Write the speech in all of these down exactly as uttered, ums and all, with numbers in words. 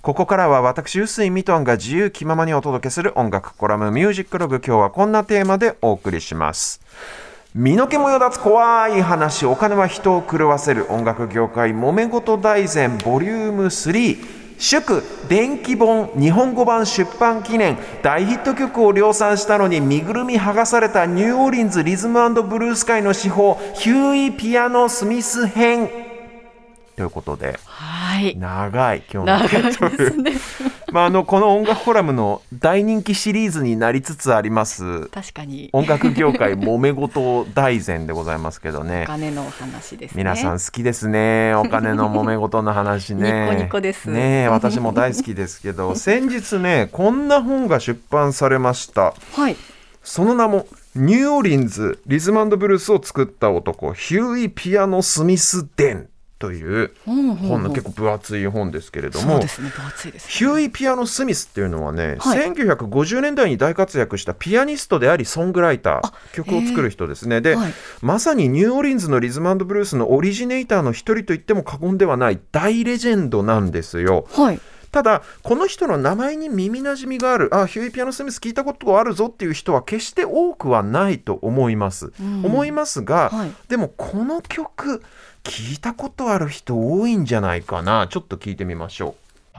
ここからは私臼井ミトンが自由気ままにお届けする音楽コラムミュージックログ。今日はこんなテーマでお送りします。身の毛もよだつ怖い話、お金は人を狂わせる、音楽業界揉め事大全ボリュームスリー、祝電気本日本語版出版記念、大ヒット曲を量産したのに身ぐるみ剥がされたニューオーリンズリズム&ブルース界の至宝ヒューイ・ピアノ・スミス編ということで、 はい、 長い今日のタイトル、 長いですねまあ、あのこの音楽コラムの大人気シリーズになりつつあります確かに音楽業界揉め事大全でございますけどね。 お金のお話ですね。 皆さん好きですね、お金の揉め事の話ねニコニコですね。私も大好きですけど先日ねこんな本が出版されました、 はい、 その名もニューオーリンズリズム&ブルースを作った男ヒューイ・ピアノ・スミス・デンという本の結構分厚い本ですけれども、 そうですね、分厚いですね。 ヒューイ・ピアノ・スミスっていうのはね、 はい、 せんきゅうひゃくごじゅうねんだいに大活躍したピアニストでありソングライター、曲を作る人ですね。で、はい、まさにニューオーリンズのリズム&ブルースのオリジネーターの一人と言っても過言ではない大レジェンドなんですよ。 はい、 ただこの人の名前に耳なじみがある、あヒューイ・ピアノ・スミス聞いたことあるぞっていう人は決して多くはないと思います、うん、思いますが、はい、でもこの曲聞いたことある人多いんじゃないかな。ちょっと聞いてみましょう。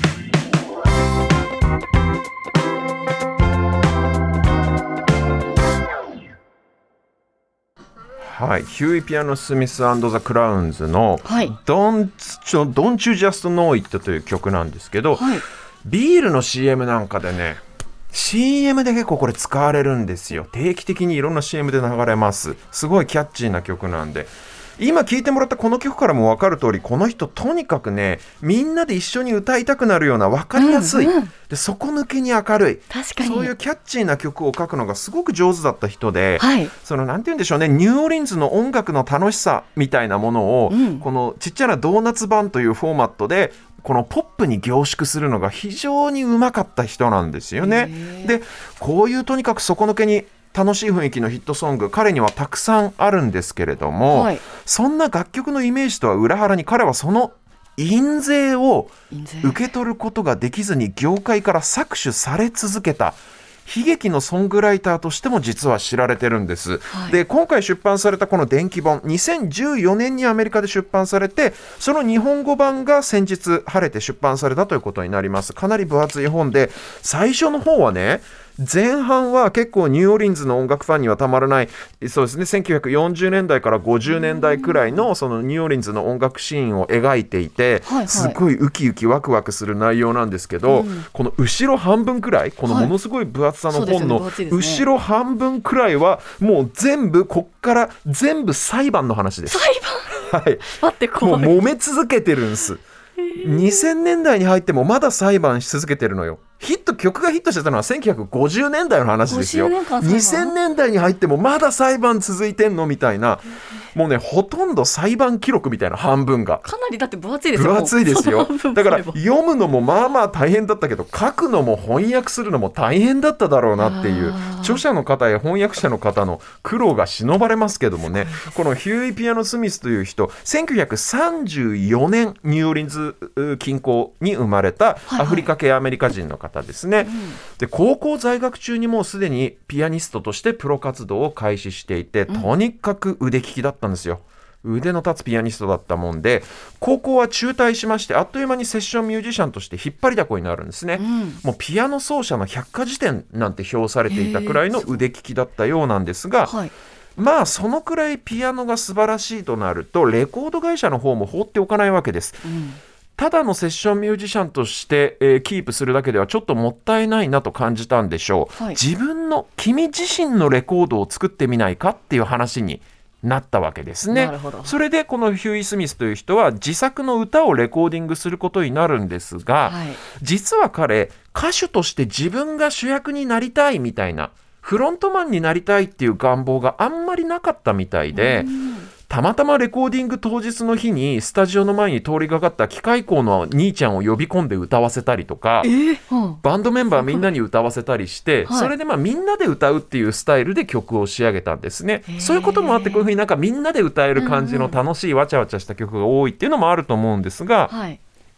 はい、ヒューイ・ピアノ・スミス&ザ・クラウンズの、はい、Don't, Don't You Just Know It という曲なんですけど、はい、ビールの シーエム なんかでね シーエム で結構これ使われるんですよ。定期的にいろんな シーエム で流れます。すごいキャッチーな曲なんで、今聴いてもらったこの曲からも分かる通り、この人とにかくねみんなで一緒に歌いたくなるような分かりやすい、うんうん、で底抜けに明るい、 確かにそういうキャッチーな曲を書くのがすごく上手だった人で、 はい、 そのなんて言うんでしょうね、ニューオーリンズの音楽の楽しさみたいなものを、うん、このちっちゃなドーナツ版というフォーマットでこのポップに凝縮するのが非常にうまかった人なんですよね。でこういうとにかく底抜けに楽しい雰囲気のヒットソング彼にはたくさんあるんですけれども、はい、そんな楽曲のイメージとは裏腹に彼はその印税を受け取ることができずに業界から搾取され続けた悲劇のソングライターとしても実は知られてるんです、はい、で今回出版されたこの電気本にせんじゅうよねんにアメリカで出版されて、その日本語版が先日晴れて出版されたということになります。かなり分厚い本で、最初の方はね前半は結構ニューオーリンズの音楽ファンにはたまらない、そうですね、せんきゅうひゃくよんじゅうねんだいからごじゅうねんだいくらいのそのニューオーリンズの音楽シーンを描いていて、はいはい、すごいウキウキワクワクする内容なんですけど、うん、この後ろ半分くらい、このものすごい分厚さの本の後ろ半分くらいはもう全部こっから全部裁判の話です。 裁判、はい、待って怖い、 もう揉め続けてるんです。にせんねんだいに入ってもまだ裁判し続けてるのよ。ヒット曲がヒットしてたのはせんきゅうひゃくごじゅうねんだいの話ですよ。にせんねんだいに入ってもまだ裁判続いてんのみたいな、もうねほとんど裁判記録みたいな、半分がかなりだって分厚いですよ。 分厚いですよ。だから読むのもまあまあ大変だったけど、書くのも翻訳するのも大変だっただろうなっていう、著者の方や翻訳者の方の苦労が忍ばれますけどもね。このヒューイ・ピアノ・スミスという人、せんきゅうひゃくさんじゅうよねんニューオーリンズ近郊に生まれたアフリカ系アメリカ人の方ですね、はいはい、で高校在学中にもうすでにピアニストとしてプロ活動を開始していて、とにかく腕利きだったんですよ。腕の立つピアニストだったもんで、高校は中退しまして、あっという間にセッションミュージシャンとして引っ張りだこになるんですね、うん、もうピアノ奏者の百科事典なんて評されていたくらいの腕利きだったようなんですが、はい、まあそのくらいピアノが素晴らしいとなるとレコード会社の方も放っておかないわけです、うん、ただのセッションミュージシャンとして、えー、キープするだけではちょっともったいないなと感じたんでしょう、はい、自分の君自身のレコードを作ってみないかっていう話になったわけですね。 なるほど。 それでこのヒューイ・スミスという人は自作の歌をレコーディングすることになるんですが、はい、実は彼歌手として自分が主役になりたいみたいな、フロントマンになりたいっていう願望があんまりなかったみたいで、たまたまレコーディング当日の日にスタジオの前に通りがかった機械工の兄ちゃんを呼び込んで歌わせたりとか、えーうん、バンドメンバーみんなに歌わせたりして、はい、それでまあみんなで歌うっていうスタイルで曲を仕上げたんですね、えー、そういうこともあってこういうふうになんかみんなで歌える感じの楽しいわちゃわちゃした曲が多いっていうのもあると思うんですが、はい、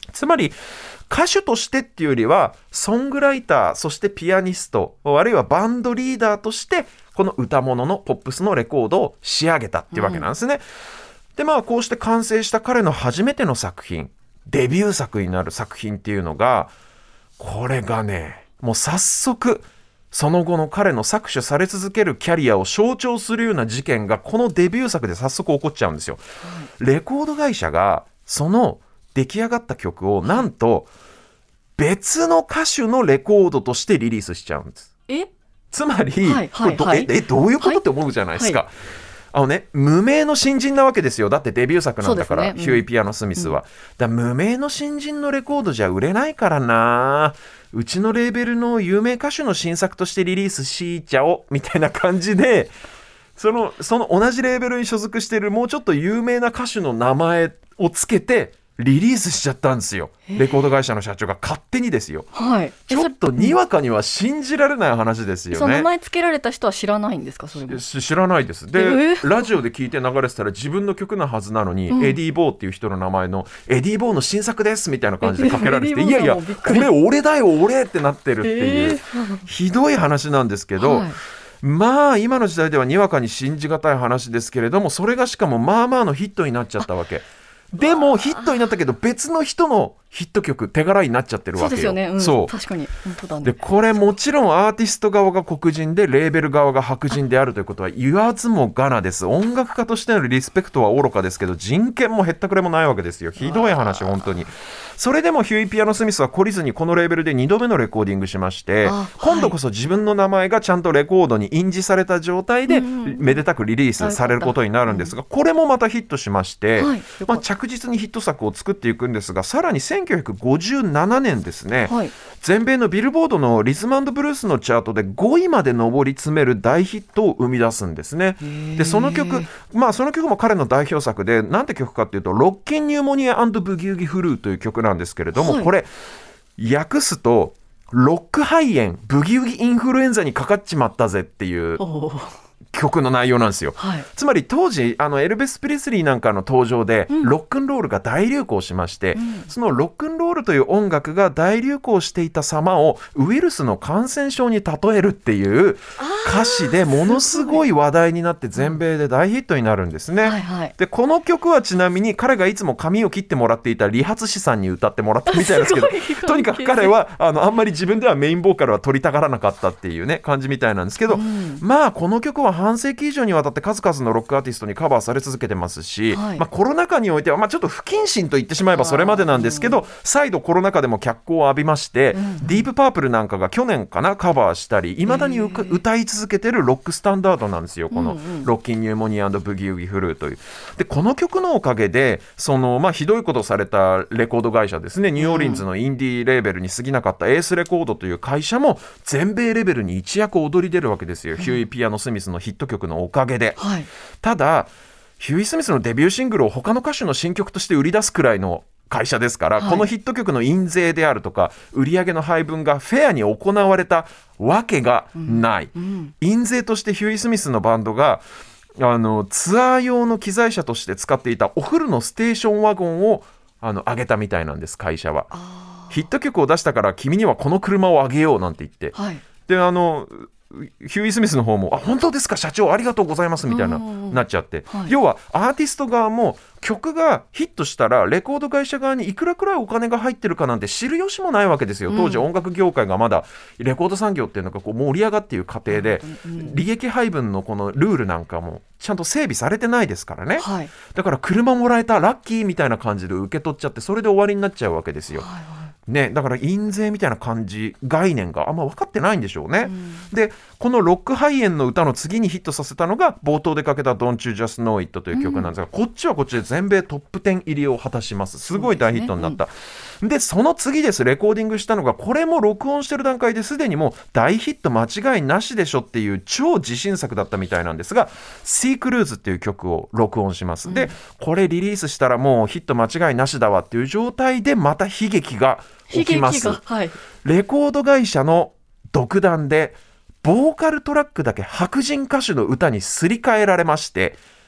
つまり歌手としてっていうよりはソングライター、そしてピアニスト、あるいはバンドリーダーとしてこの歌物のポップスのレコードを仕上げたっていうわけなんですね、うん、でまあこうして完成した彼の初めての作品、デビュー作になる作品っていうのが、これがねもう早速その後の彼の搾取され続けるキャリアを象徴するような事件がこのデビュー作で早速起こっちゃうんですよ、うん、レコード会社がその出来上がった曲をなんと別の歌手のレコードとしてリリースしちゃうんです。 えつまり、 はいはいはい、 ええどういうことって思うじゃないですか、はいはい、あのね、無名の新人なわけですよ。だってデビュー作なんだから、ね、うん、ヒューイ・ピアノ・スミスは、うん、だ無名の新人のレコードじゃ売れないからな、うちのレーベルの有名歌手の新作としてリリースしちゃおみたいな感じで、その、その同じレーベルに所属しているもうちょっと有名な歌手の名前をつけてリリースしちゃったんですよ。レコード会社の社長が勝手にですよ、 はい、 ちょっとにわかには信じられない話ですよね。 その名前つけられた人は知らないんですか？それも知らないです。で、えー、ラジオで聞いて流れてたら自分の曲なはずなのに、うん、エディ・ボーっていう人の名前のエディ・ボーの新作ですみたいな感じでかけられてて、いやいやこれ俺だよ俺ってなってるっていう、えー、ひどい話なんですけど、はい、まあ今の時代ではにわかに信じがたい話ですけれども、それがしかもまあまあのヒットになっちゃったわけでもヒットになったけど別の人のヒット曲手柄になっちゃってるわけよ。 そうですよね、うん、 そう確かに本当だね。 でこれもちろんアーティスト側が黒人でレーベル側が白人であるということは言わずもがなです。音楽家としてのリスペクトは愚かですけど人権もへったくれもないわけですよ。ひどい話本当に。それでもヒューイ・ピアノ・スミスは懲りずにこのレーベルでにどめのレコーディングしまして、今度こそ自分の名前がちゃんとレコードに印字された状態でめでたくリリースされることになるんですが、これもまたヒットしまして、はい、まあ、着実にヒット作を作っていくんですが、さらにせんきゅうひゃくごじゅうななねんですね、はい、全米のビルボードのリズム&ブルースのチャートでごいまで上り詰める大ヒットを生み出すんですね。でその曲、まあその曲も彼の代表作で、なんて曲かっていうとロッキン・ニューモニア&ブギウギ・フルーという曲なんですけれども、はい、これ訳すとロック肺炎ブギウギインフルエンザにかかっちまったぜっていう曲の内容なんですよ、はい、つまり当時あのエルヴィス・プレスリーなんかの登場で、うん、ロックンロールが大流行しまして、うん、そのロックンロールという音楽が大流行していた様をウイルスの感染症に例えるっていう歌詞でものすごい話題になって全米で大ヒットになるんですね、うん、はいはい、でこの曲はちなみに彼がいつも髪を切ってもらっていた理髪師さんに歌ってもらったみたいですけど、とにかく彼はあのあんまり自分ではメインボーカルは取りたがらなかったっていうね感じみたいなんですけど、うん、まあこの曲は半世紀以上にわたって数々のロックアーティストにカバーされ続けてますし、はい、まあ、コロナ禍においては、まあ、ちょっと不謹慎と言ってしまえばそれまでなんですけど、再度コロナ禍でも脚光を浴びまして、うん、ディープパープルなんかが去年かなカバーしたり、いまだに歌い続けてるロックスタンダードなんですよ、このロッキン・ニューモニア&ブギウギ・フルーという。でこの曲のおかげでその、まあ、ひどいことされたレコード会社ですね、ニューオーリンズのインディーレーベルに過ぎなかったエースレコードという会社も全米レベルに一躍躍り出るわけですよ、うん、ヒューイ・ピアノ・スミスのヒット曲のおかげで、はい、ただヒューイ・スミスのデビューシングルを他の歌手の新曲として売り出すくらいの会社ですから、はい、このヒット曲の印税であるとか売上の配分がフェアに行われたわけがない、うんうん、印税としてヒューイ・スミスのバンドがあのツアー用の機材車として使っていたお風呂のステーションワゴンをあの上げたみたいなんです、会社は。ヒット曲を出したから君にはこの車をあげようなんて言って、はい、であのヒューイ・スミスの方もあ本当ですか社長ありがとうございますみたいななっちゃって、はい、要はアーティスト側も曲がヒットしたらレコード会社側にいくらくらいお金が入ってるかなんて知る由もないわけですよ。当時音楽業界がまだレコード産業っていうのがこう盛り上がっている過程で、うん、利益配分のこのルールなんかもちゃんと整備されてないですからね、はい、だから車もらえたラッキーみたいな感じで受け取っちゃってそれで終わりになっちゃうわけですよ、はいはいね、だから印税みたいな感じ概念があんま分かってないんでしょうね、うん、でこのロック肺炎の歌の次にヒットさせたのが冒頭でかけた Don't You Just Know It という曲なんですが、うん、こっちはこっちで全米トップじゅう入りを果たします。すごい大ヒットになった。 そ, で、ねうん、でその次です。レコーディングしたのがこれも録音してる段階ですでにもう大ヒット間違いなしでしょっていう超自信作だったみたいなんですが Sea Cruise っていう曲を録音します、うん、でこれリリースしたらもうヒット間違いなしだわっていう状態でまた悲劇が起きます、はい、レコード会社の独断でボーカルトラックだけ白人歌手の歌にすり替えられまして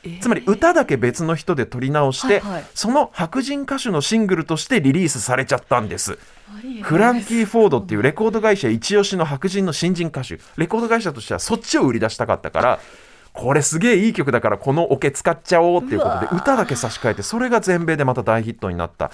えー、 つまり歌だけ別の人で撮り直して、 はいはい、 その白人歌手のシングルとしてリリースされちゃったんです。フランキー・フォードっていうレコード会社一押しの白人の新人歌手、レコード会社としてはそっちを売り出したかったから、これすげえいい曲だからこのオケ使っちゃおうっていうことで歌だけ差し替えて、それが全米でまた大ヒットになった、はい、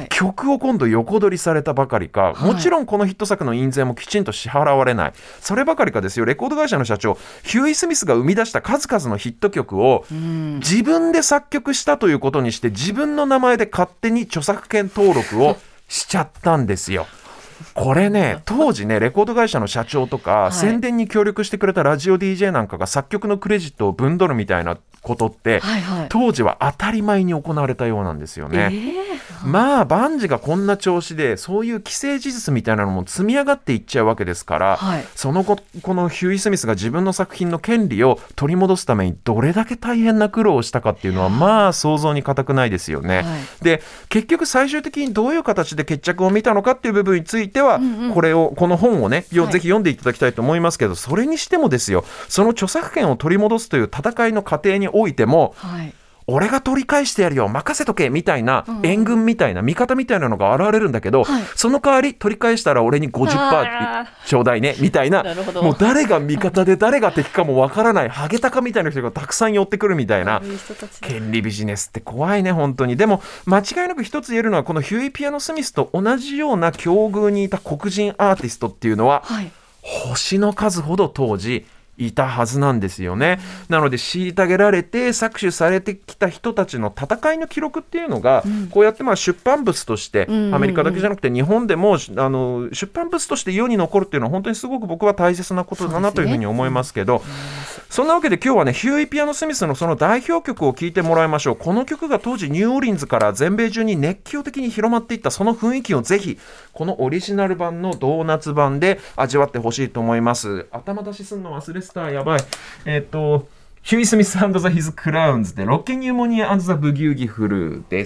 曲を今度横取りされたばかりか、もちろんこのヒット作の印税もきちんと支払われない。そればかりかですよ、レコード会社の社長ヒューイ・スミスが生み出した数々のヒット曲を自分で作曲したということにして、自分の名前で勝手に著作権登録をしちゃったんですよ。これね、当時ねレコード会社の社長とか、はい、宣伝に協力してくれたラジオ ディージェー なんかが作曲のクレジットを分取るみたいなことって、はいはい、当時は当たり前に行われたようなんですよね、えー、まあバンジがこんな調子でそういう既成事実みたいなのも積み上がっていっちゃうわけですから、はい、その後このヒューイ・スミスが自分の作品の権利を取り戻すためにどれだけ大変な苦労をしたかっていうのはまあ想像に難くないですよね、はい、で結局最終的にどういう形で決着を見たのかっていう部分については、うんうん、これをこの本をね、はい、ぜひ読んでいただきたいと思いますけど、それにしてもですよ、その著作権を取り戻すという戦いの過程においても、はい、俺が取り返してやるよ任せとけみたいな、うん、援軍みたいな味方みたいなのが現れるんだけど、はい、その代わり取り返したら俺に ごじゅっパーセント ちょうだいねみたいな、もう誰が味方で誰が敵かもわからないハゲタカみたいな人がたくさん寄ってくるみたいな権利ビジネスって怖いね本当に。でも間違いなく一つ言えるのは、このヒューイ・ピアノ・スミスと同じような境遇にいた黒人アーティストっていうのは、はい、星の数ほど当時いたはずなんですよね、うん、なので虐げられて搾取されてきた人たちの戦いの記録っていうのが、うん、こうやってまあ出版物として、うんうんうん、アメリカだけじゃなくて日本でもあの出版物として世に残るっていうのは本当にすごく僕は大切なことだなというふうに思いますけど、 そ, う、ねうん、そんなわけで今日はねヒューイ・ピアノ・スミスのその代表曲を聴いてもらいましょう。この曲が当時ニューオーリンズから全米中に熱狂的に広まっていったその雰囲気をぜひこのオリジナル版のドーナツ版で味わってほしいと思います。頭出しすんの忘れてた、やばい。えっとヒューイ・スミス&ザ・ヒズ・クラウンズでロッキン・ニューモニア&ザ・ブギウギ・フルーです。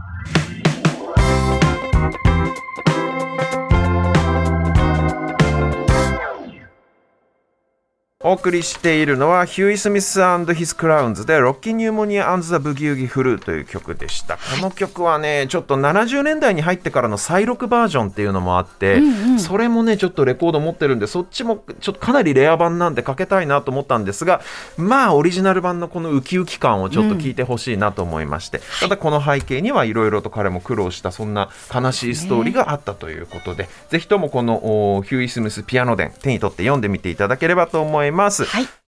お送りしているのはヒューイ・スミス&ヒス・クラウンズでロッキー・ニューモニア&ザ・ブギウギ・フルーという曲でした。この曲はねちょっとななじゅうねんだいに入ってからの再録バージョンっていうのもあって、うんうん、それもねちょっとレコード持ってるんでそっちもちょっとかなりレア版なんでかけたいなと思ったんですが、まあオリジナル版のこのウキウキ感をちょっと聞いてほしいなと思いまして、うん、ただこの背景にはいろいろと彼も苦労したそんな悲しいストーリーがあったということで、ぜひともこのヒューイ・スミスピアノ伝手に取って読んでみていただければと思います。はい。